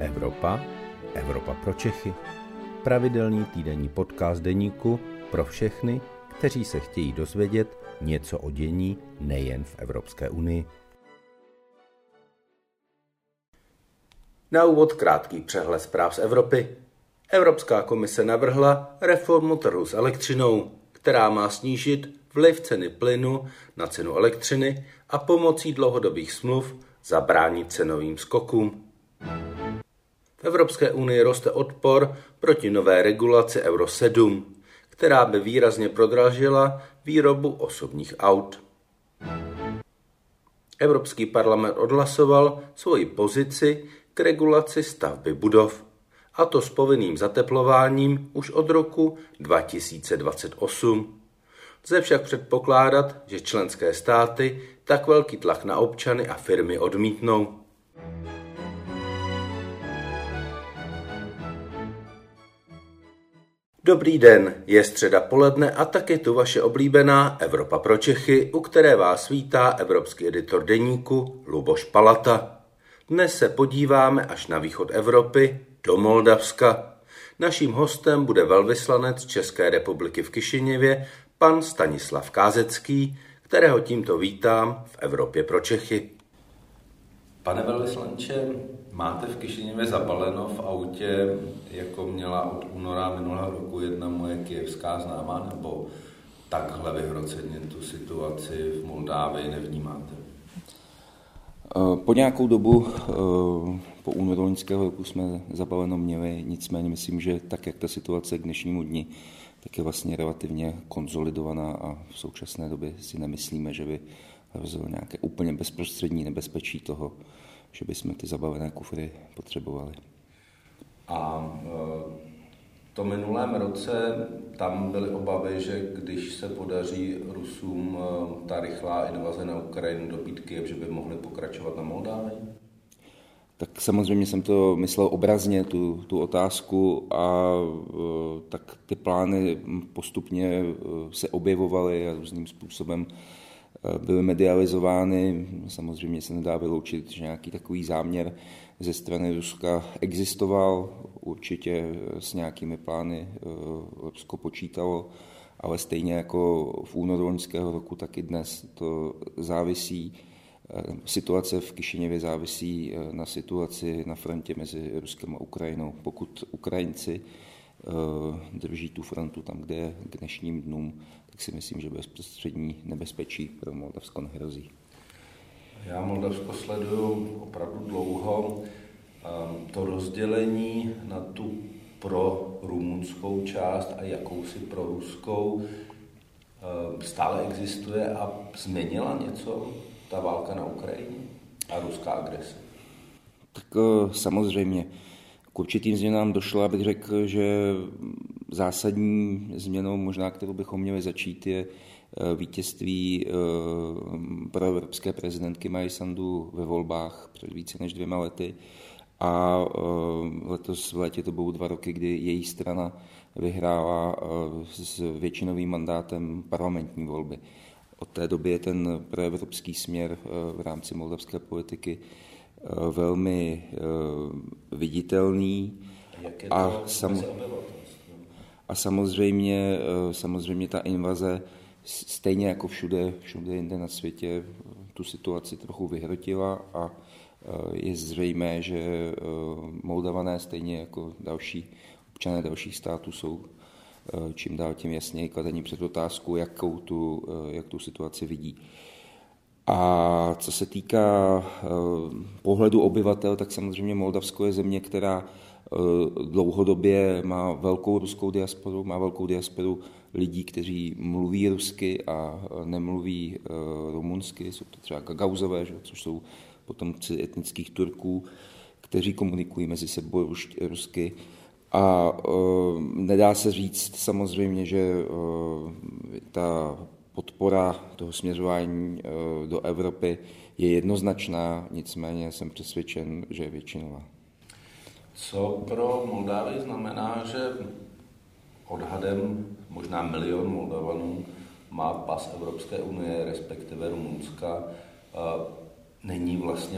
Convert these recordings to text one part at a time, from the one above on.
Evropa, Evropa pro Čechy. Pravidelný týdenní podcast deníku pro všechny, kteří se chtějí dozvědět něco o dění nejen v Evropské unii. Na úvod krátký přehled zpráv z Evropy. Evropská komise navrhla reformu trhu s elektřinou, která má snížit vliv ceny plynu na cenu elektřiny a pomocí dlouhodobých smluv zabránit cenovým skokům. V Evropské unii roste odpor proti nové regulaci Euro 7, která by výrazně prodražila výrobu osobních aut. Evropský parlament odhlasoval svoji pozici k regulaci stavby budov, a to s povinným zateplováním už od roku 2028. Lze však předpokládat, že členské státy tak velký tlak na občany a firmy odmítnou. Dobrý den, je středa poledne a tak je tu vaše oblíbená Evropa pro Čechy, u které vás vítá evropský editor deníku Luboš Palata. Dnes se podíváme až na východ Evropy, do Moldavska. Naším hostem bude velvyslanec České republiky v Kišiněvě, pan Stanislav Kázecký, kterého tímto vítám v Evropě pro Čechy. Pane velvyslanče, máte v Kišiněvě zabaleno v autě, jako měla od února minulého roku jedna moje kyjevská známá, nebo takhle vyhroceně tu situaci v Moldávii nevnímáte? Po nějakou dobu, po únoru loňského roku jsme zabaleno měli, nicméně myslím, že tak, jak ta situace k dnešnímu dni, tak je vlastně relativně konsolidovaná a v současné době si nemyslíme, že by hrozilo nějaké úplně bezprostřední nebezpečí toho, že bychom ty zabalené kufry potřebovali. A to minulém roce tam byly obavy, že když se podaří Rusům ta rychlá invaze na Ukrajinu dobít Kyjev, že by mohli pokračovat na Moldávii? Tak samozřejmě jsem to myslel obrazně, tu otázku, a tak ty plány postupně se objevovaly a různým způsobem byly medializovány. Samozřejmě se nedá vyloučit, že nějaký takový záměr ze strany Ruska existoval. Určitě s nějakými plány Rusko počítalo, ale stejně jako v únoru loňského roku, tak i dnes to závisí. Situace v Kišiněvě závisí na situaci na frontě mezi Ruskem a Ukrajinou. Pokud Ukrajinci drží tu frontu tam, kde je k dnešním dnům, tak si myslím, že bezprostřední nebezpečí pro Moldavsko nehrozí. Já Moldavsko sleduju opravdu dlouho. To rozdělení na tu pro rumunskou část a jakousi pro ruskou stále existuje a změnila něco ta válka na Ukrajině a ruská agrese? Tak samozřejmě. K určitým změnám došlo, abych řekl, že zásadní změnou, možná kterou bychom měli začít, je vítězství proevropské prezidentky Maji Sandu ve volbách před více než 2 lety. A letos v létě to budou 2 roky, kdy její strana vyhrála s většinovým mandátem parlamentní volby. Od té doby je ten proevropský směr v rámci moldavské politiky velmi viditelný. Jak je to a samozřejmě ta invaze, stejně jako všude jinde na světě, tu situaci trochu vyhrotila a je zřejmé, že Moldavané, stejně jako další občané dalších států, jsou čím dál tím jasněji kladení před otázku, jak tu situaci vidí. A co se týká pohledu obyvatel, tak samozřejmě Moldavsko je země, která dlouhodobě má velkou ruskou diasporu, má velkou diasporu lidí, kteří mluví rusky a nemluví rumunsky. Jsou to třeba Gagauzové, což jsou potomci etnických Turků, kteří komunikují mezi sebou rusky. A nedá se říct samozřejmě, že ta podpora toho směřování do Evropy je jednoznačná, nicméně jsem přesvědčen, že je většinová. Co pro Moldávii znamená, že odhadem možná 1 milion Moldavanů má pas Evropské unie, respektive Rumunska, není vlastně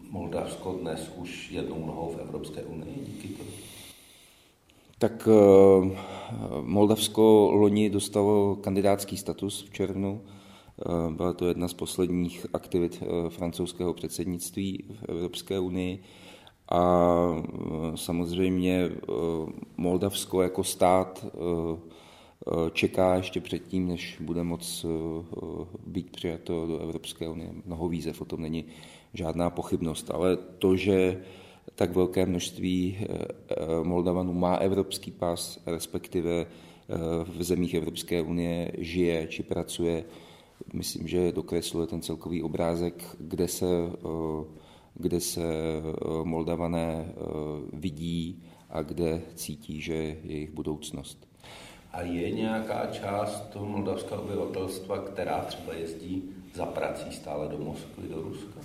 Moldavsko dnes už jednou nohou v Evropské unii díky tomu? Tak Moldavsko loni dostalo kandidátský status v červnu. Byla to jedna z posledních aktivit francouzského předsednictví v Evropské unii. A samozřejmě Moldavsko jako stát čeká ještě předtím, než bude moc být přijato do Evropské unie. Mnoho výzev, o tom není žádná pochybnost, ale to, že tak velké množství Moldavanů má evropský pas, respektive v zemích Evropské unie žije či pracuje, myslím, že dokresluje ten celkový obrázek, kde se Moldavané vidí a kde cítí, že je jejich budoucnost. A je nějaká část toho moldavského obyvatelstva, která třeba jezdí za prací stále do Moskvy, do Ruska?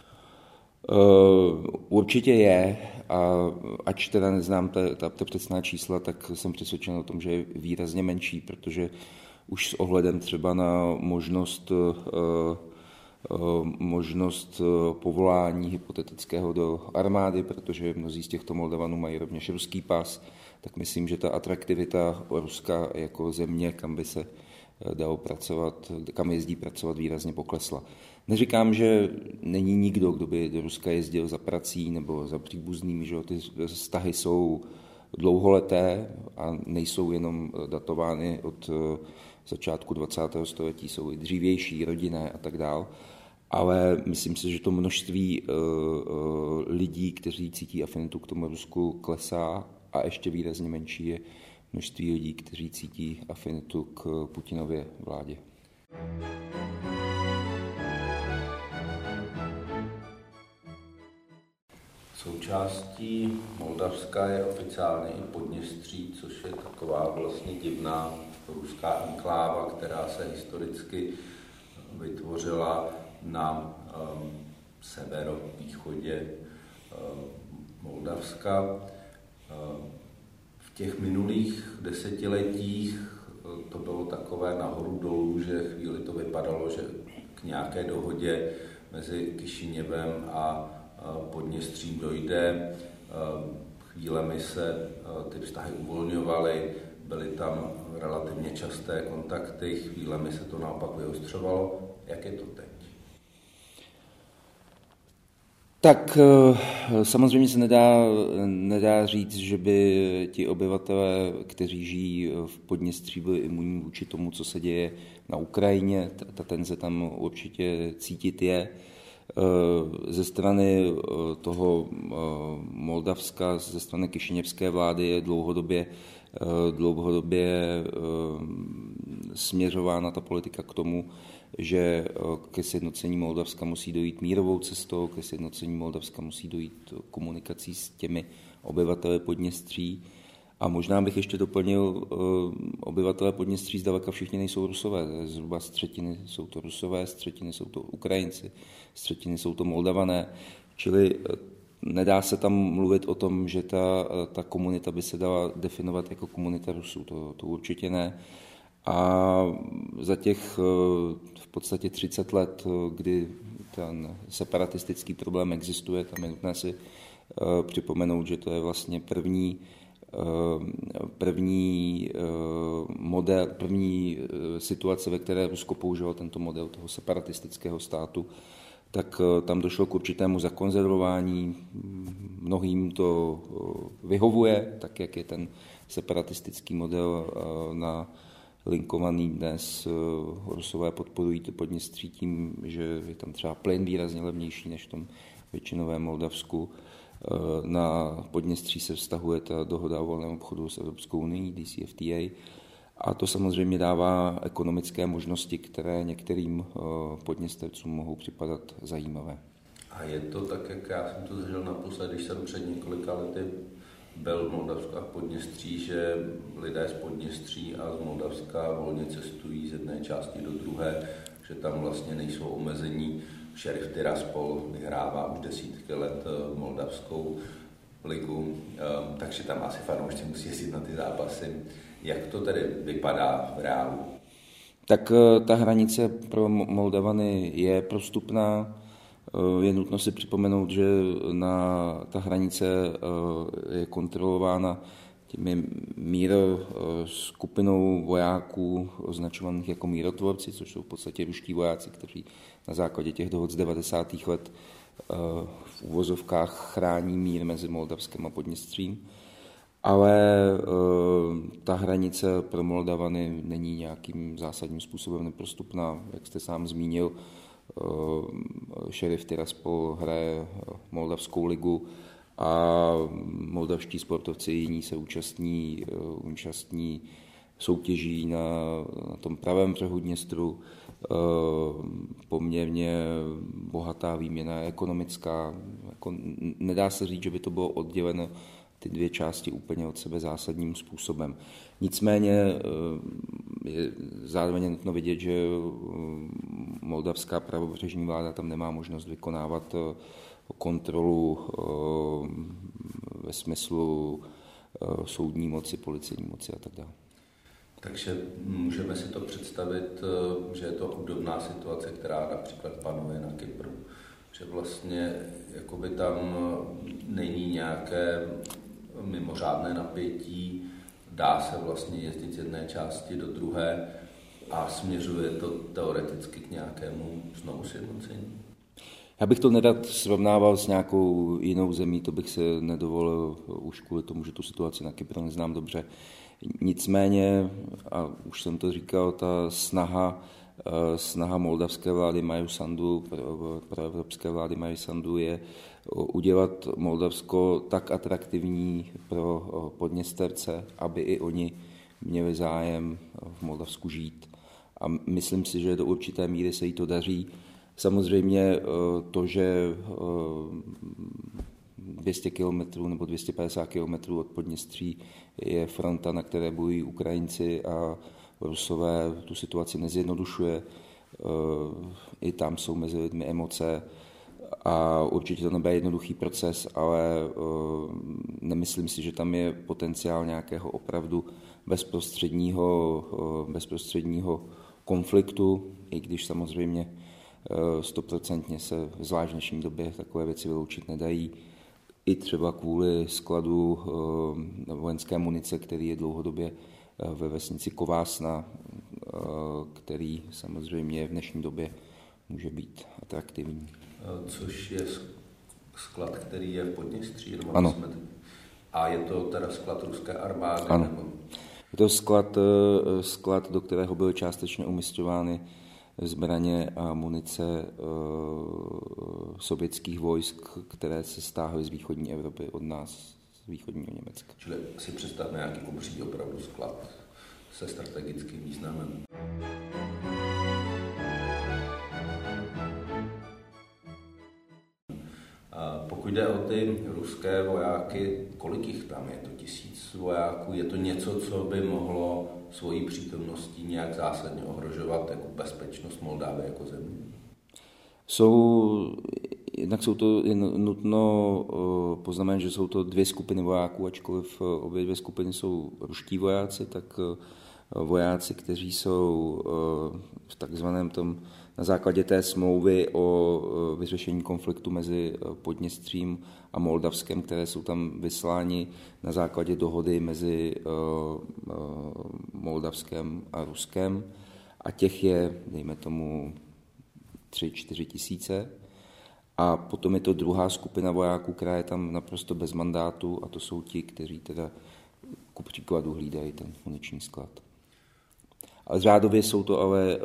Určitě je, a ač teda neznám ta přesná čísla, tak jsem přesvědčen o tom, že je výrazně menší, protože už s ohledem třeba na možnost povolání hypotetického do armády, protože mnozí z těchto Moldavanů mají rovněž ruský pas, tak myslím, že ta atraktivita Ruska jako země, kam by se dalo pracovat, kam jezdí pracovat, výrazně poklesla. Neříkám, že není nikdo, kdo by do Ruska jezdil za prací nebo za příbuznými, že ty vztahy jsou dlouholeté a nejsou jenom datovány od začátku 20. století, jsou i dřívější, rodinné a tak dál. Ale myslím si, že to množství lidí, kteří cítí afinitu k tomu Rusku, klesá a ještě výrazně menší je množství lidí, kteří cítí afinitu k Putinově vládě. Součástí Moldavska je oficiálně i Podněstří, což je taková vlastně divná ruská enkláva, která se historicky vytvořila na severovýchodě Moldavska. V těch minulých desetiletích to bylo takové nahoru dolů, že chvíli to vypadalo, že k nějaké dohodě mezi Kišiněvem a Podněstřím dojde. Chvílemi se ty vztahy uvolňovaly, byly tam relativně časté kontakty, chvílemi se to naopak vyostřovalo. Jak je to teď? Tak samozřejmě se nedá říct, že by ti obyvatelé, kteří žijí v Podněstří, byli imunní vůči tomu, co se děje na Ukrajině. Ta tenze tam určitě cítit je. Ze strany toho Moldavska, ze strany kišiněvské vlády je dlouhodobě směřována ta politika k tomu, že ke sjednocení Moldavska musí dojít mírovou cestou, ke sjednocení Moldavska musí dojít komunikací s těmi obyvateli Podněstří. A možná bych ještě doplnil, obyvatelé Podněstří zdaleka všichni nejsou Rusové. Zhruba z třetiny jsou to Rusové, z třetiny jsou to Ukrajinci, z třetiny jsou to Moldavané. Čili nedá se tam mluvit o tom, že ta komunita by se dala definovat jako komunita Rusů. To určitě ne. A za těch v podstatě 30 let, kdy ten separatistický problém existuje, tam je nutné si připomenout, že to je vlastně první situace, ve které Rusko používalo tento model toho separatistického státu, tak tam došlo k určitému zakonzervování. Mnohým to vyhovuje, tak jak je ten separatistický model linkovaný dnes. Rusové podporují to Podněstří tím, že je tam třeba plyn výrazně levnější než v tom většinovém Moldavsku. Na Podněstří se vztahuje ta dohoda o volném obchodu s Evropskou unií, DCFTA, a to samozřejmě dává ekonomické možnosti, které některým podněstercům mohou připadat zajímavé. A je to tak, jak já jsem to zažil naposled, když jsem před několika lety byl v Moldavsku a v Podněstří, že lidé z Podněstří a z Moldavska volně cestují z jedné části do druhé, že tam vlastně nejsou omezení. Šerif Tiraspol vyhrává už desítky let moldavskou ligu, takže tam asi fanoušci musí jezdit na ty zápasy. Jak to tedy vypadá v reálu? Tak ta hranice pro Moldavany je prostupná. Je nutno si připomenout, že ta hranice je kontrolována těmi skupinou vojáků označovaných jako mírotvorci, což jsou v podstatě ruští vojáci, kteří na základě těch dohod z 90. let v uvozovkách chrání mír mezi Moldavskem a Podněstřím. Ale ta hranice pro Moldavany není nějakým zásadním způsobem neprostupná. Jak jste sám zmínil, šerif Tiraspol hraje Moldavskou ligu a moldavští sportovci jiní se účastní soutěží na tom pravém břehu Dněstru. Poměrně bohatá výměna ekonomická. Nedá se říct, že by to bylo odděleno ty dvě části úplně od sebe zásadním způsobem. Nicméně je zároveň nutno vidět, že moldavská pravobřežní vláda tam nemá možnost vykonávat kontrolu ve smyslu soudní moci, policejní moci a tak dále. Takže můžeme si to představit, že je to obdobná situace, která například panuje na Kypru. Že vlastně jakoby tam není nějaké mimořádné napětí, dá se vlastně jezdit z jedné části do druhé a směřuje to teoreticky k nějakému znovu sjednocení. Já bych to nerad srovnával s nějakou jinou zemí, to bych se nedovolil už kvůli tomu, že tu situaci na Kypru neznám dobře. Nicméně, a už jsem to říkal, ta snaha moldavské vlády Maju Sandu, pro evropské vlády Maju Sandu je udělat Moldavsko tak atraktivní pro Podněsterce, aby i oni měli zájem v Moldavsku žít. A myslím si, že do určité míry se jí to daří. Samozřejmě to, že 200 km nebo 250 km od Podněstří je fronta, na které bojují Ukrajinci a Rusové, tu situaci nezjednodušuje. I tam jsou mezi lidmi emoce a určitě to nebude jednoduchý proces, ale nemyslím si, že tam je potenciál nějakého opravdu bezprostředního konfliktu, i když samozřejmě 100% se zvlášť v dnešní době takové věci vyloučit nedají. I třeba kvůli skladu vojenské munice, který je dlouhodobě ve vesnici Kovásna, který samozřejmě v dnešní době může být atraktivní. Což je sklad, který je v Podněstří? Ano. A je to teda sklad ruské armády? Ano. Nebo... Je to sklad, do kterého byly částečně umisťovány zbraně a munice sovětských vojsk, které se stáhly z východní Evropy od nás, z východního Německa. Čili si představme nějaký obří opravdu sklad se strategickým významem. Pokud jde o ty ruské vojáky, kolik jich tam je? To 1000 vojáků? Je to něco, co by mohlo svojí přítomností nějak zásadně ohrožovat jako bezpečnost Moldávie jako země? Jednak jsou to, je nutno poznamenat, že jsou to dvě skupiny vojáků, ačkoliv obě dvě skupiny jsou ruští vojáci, tak vojáci, kteří jsou v takzvaném tom, na základě té smlouvy o vyřešení konfliktu mezi Podněstřím a Moldavskem, které jsou tam vysláni na základě dohody mezi Moldavskem a Ruskem. A těch je, dejme tomu, 3-4 tisíce. A potom je to druhá skupina vojáků, která je tam naprosto bez mandátu, a to jsou ti, kteří teda ku příkladu hlídají ten muniční sklad. Ale řádově jsou to ale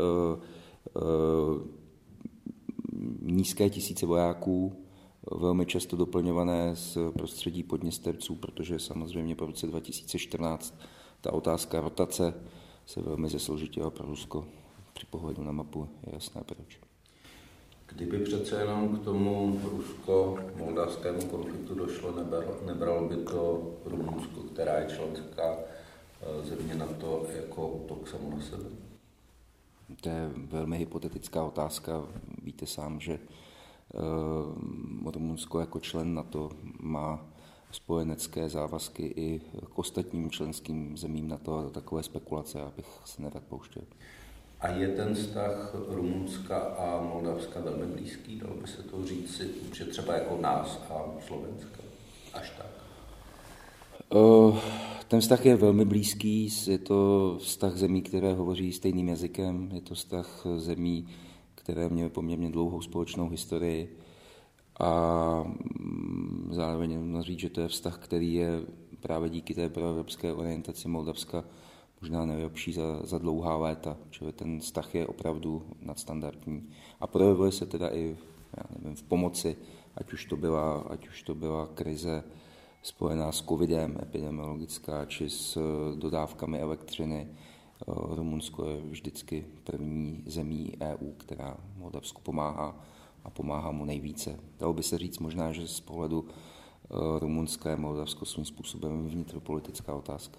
nízké tisíce vojáků, velmi často doplňované z prostředí Podněsterců, protože samozřejmě po roce 2014 ta otázka rotace se velmi zesložitila pro Rusko. Při pohledu na mapu je jasné proč. Kdyby přece jenom k tomu rusko-moldavskému konfliktu došlo, nebralo by to Rumunsko, která je členská země NATO, jako útok samo na sebe? To je velmi hypotetická otázka. Víte sám, že Rumunsko jako člen NATO má spojenecké závazky i k ostatním členským zemím NATO a takové spekulace, abych se nerad pouštěl. A je ten vztah Rumunska a Moldavska velmi blízký, dalo by se to říct, že třeba jako nás a Slovenska, až tak? Ten vztah je velmi blízký, je to vztah zemí, které hovoří stejným jazykem, je to vztah zemí, které měly poměrně dlouhou společnou historii a zároveň můžu říct, že to je vztah, který je právě díky té proevropské orientaci Moldavska možná nejlepší za dlouhá léta, čili ten vztah je opravdu nadstandardní. A projevuje se teda i v pomoci, ať už to byla krize spojená s covidem, epidemiologická, či s dodávkami elektřiny. Rumunsko je vždycky první zemí EU, která Moldavsku pomáhá a pomáhá mu nejvíce. Dalo by se říct možná, že z pohledu Rumunska je Moldavsko svým způsobem vnitropolitická otázka.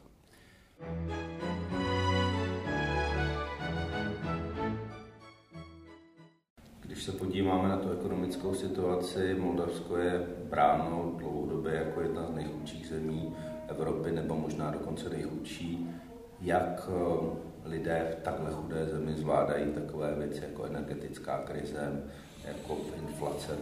Když se podíváme na tu ekonomickou situaci, Moldavsko je bráno dlouhodobě jako jedna z nejchudších zemí Evropy, nebo možná dokonce nejchudší. Jak lidé v takhle chudé zemi zvládají takové věci jako energetická krize, jako inflace?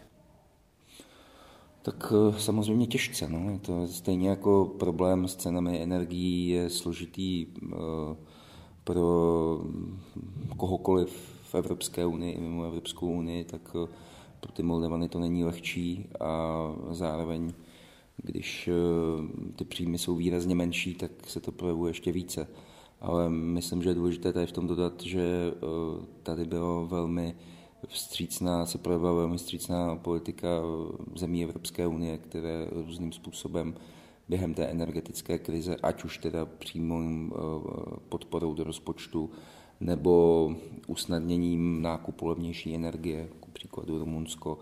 Tak samozřejmě těžce. No. Je to stejně jako problém s cenami energií je složitý pro kohokoliv v Evropské unii, mimo Evropskou unii, tak pro ty Moldavany to není lehčí a zároveň, když ty příjmy jsou výrazně menší, tak se to projevuje ještě více. Ale myslím, že je důležité tady v tom dodat, že tady bylo se projevila velmi vstřícná politika zemí Evropské unie, které různým způsobem během té energetické krize, ať už teda přímou podporou do rozpočtu, nebo usnadněním nákupu levnější energie, ku příkladu Rumunsko,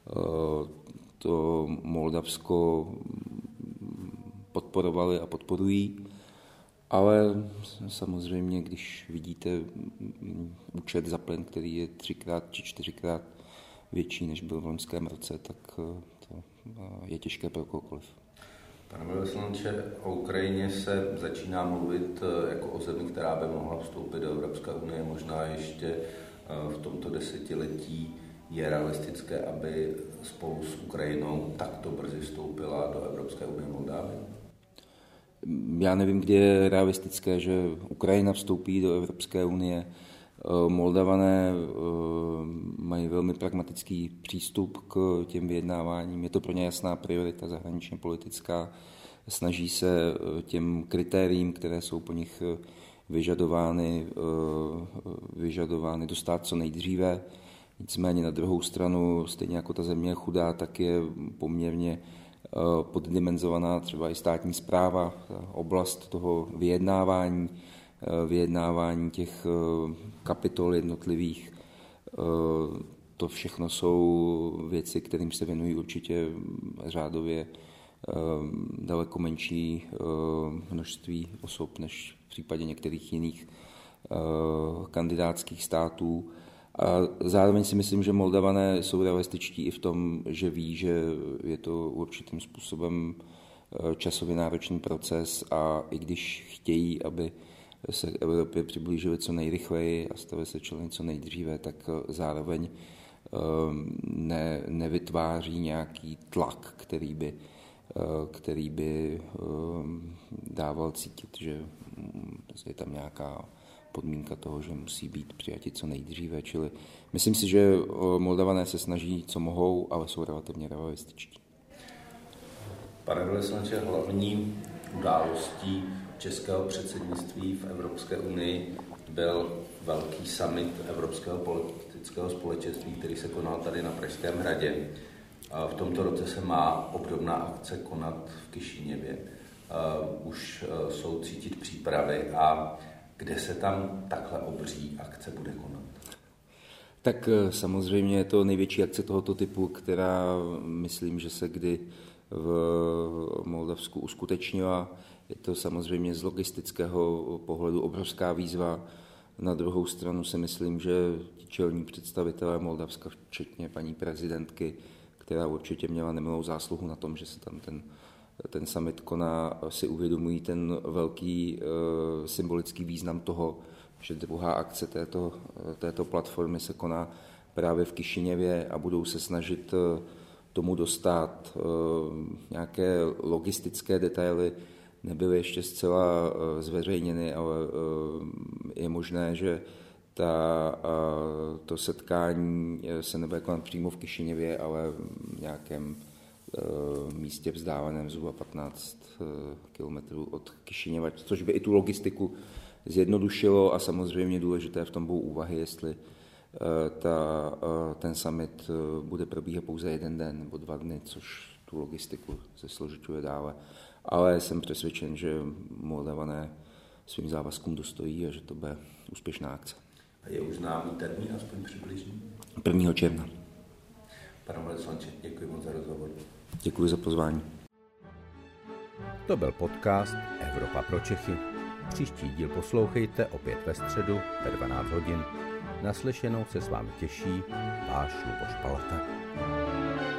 to Moldavsko podporovali a podporují. Ale samozřejmě, když vidíte účet za plyn, který je 3x či 4x větší, než byl v loňském roce, tak to je těžké pro kohokoliv. Pane velvyslanče, o Ukrajině se začíná mluvit jako o zemi, která by mohla vstoupit do Evropské unie, možná ještě v tomto desetiletí. Je realistické, aby spolu s Ukrajinou takto brzy vstoupila do Evropské unie Moldávie? Já nevím, kdy je realistické, že Ukrajina vstoupí do Evropské unie. Moldavané mají velmi pragmatický přístup k těm vyjednáváním. Je to pro ně jasná priorita zahraničně politická. Snaží se těm kritériím, které jsou po nich vyžadovány dostat co nejdříve. Nicméně na druhou stranu, stejně jako ta země je chudá, tak je poměrně poddimenzovaná třeba i státní správa, oblast toho vyjednávání těch kapitol jednotlivých. To všechno jsou věci, kterým se věnují určitě řádově daleko menší množství osob než v případě některých jiných kandidátských států. A zároveň si myslím, že Moldavané jsou realističtí i v tom, že ví, že je to určitým způsobem časově náročný proces a i když chtějí, aby se k Evropě přiblížili co nejrychleji a stali se členy co nejdříve, tak zároveň nevytváří nějaký tlak, který by dával cítit, že je tam nějaká podmínka toho, že musí být přijati co nejdříve. Čili myslím si, že Moldavané se snaží, co mohou, ale jsou relativně realističtí. Pane velvyslanče, hlavní událostí českého předsednictví v Evropské unii byl velký summit Evropského politického společenství, který se konal tady na Pražském hradě. V tomto roce se má obdobná akce konat v Kišiněvě. Už jsou cítit přípravy a kde se tam takhle obří akce bude konat? Tak samozřejmě je to největší akce tohoto typu, která myslím, že se kdy v Moldavsku uskutečnila. Je to samozřejmě z logistického pohledu obrovská výzva. Na druhou stranu si myslím, že ti čelní představitelé Moldavska, včetně paní prezidentky, která určitě měla nemilou zásluhu na tom, že se tam ten summit koná, si uvědomují ten velký symbolický význam toho, že druhá akce této platformy se koná právě v Kišiněvě a budou se snažit tomu dostat. Nějaké logistické detaily nebyly ještě zcela zveřejněny, ale je možné, že to setkání se nebude konat přímo v Kišiněvě, ale v nějakém místě vzdáleném zhruba 15 kilometrů od Kišiněva, což by i tu logistiku zjednodušilo a samozřejmě důležité v tom budou úvahy, jestli ten summit bude probíhat pouze 1 den nebo 2 dny, což tu logistiku zesložiťuje dále. Ale jsem přesvědčen, že Moldavané svým závazkům dostojí a že to bude úspěšná akce. A je už známý termín, aspoň přibližný? 1. června. Pane velvyslanče, děkuji moc za rozhovor. Děkuji za pozvání. To byl podcast Evropa pro Čechy. Příští díl poslouchejte opět ve středu ve 12 hodin. Naslyšenou se s vámi těší váš Luboš Palata.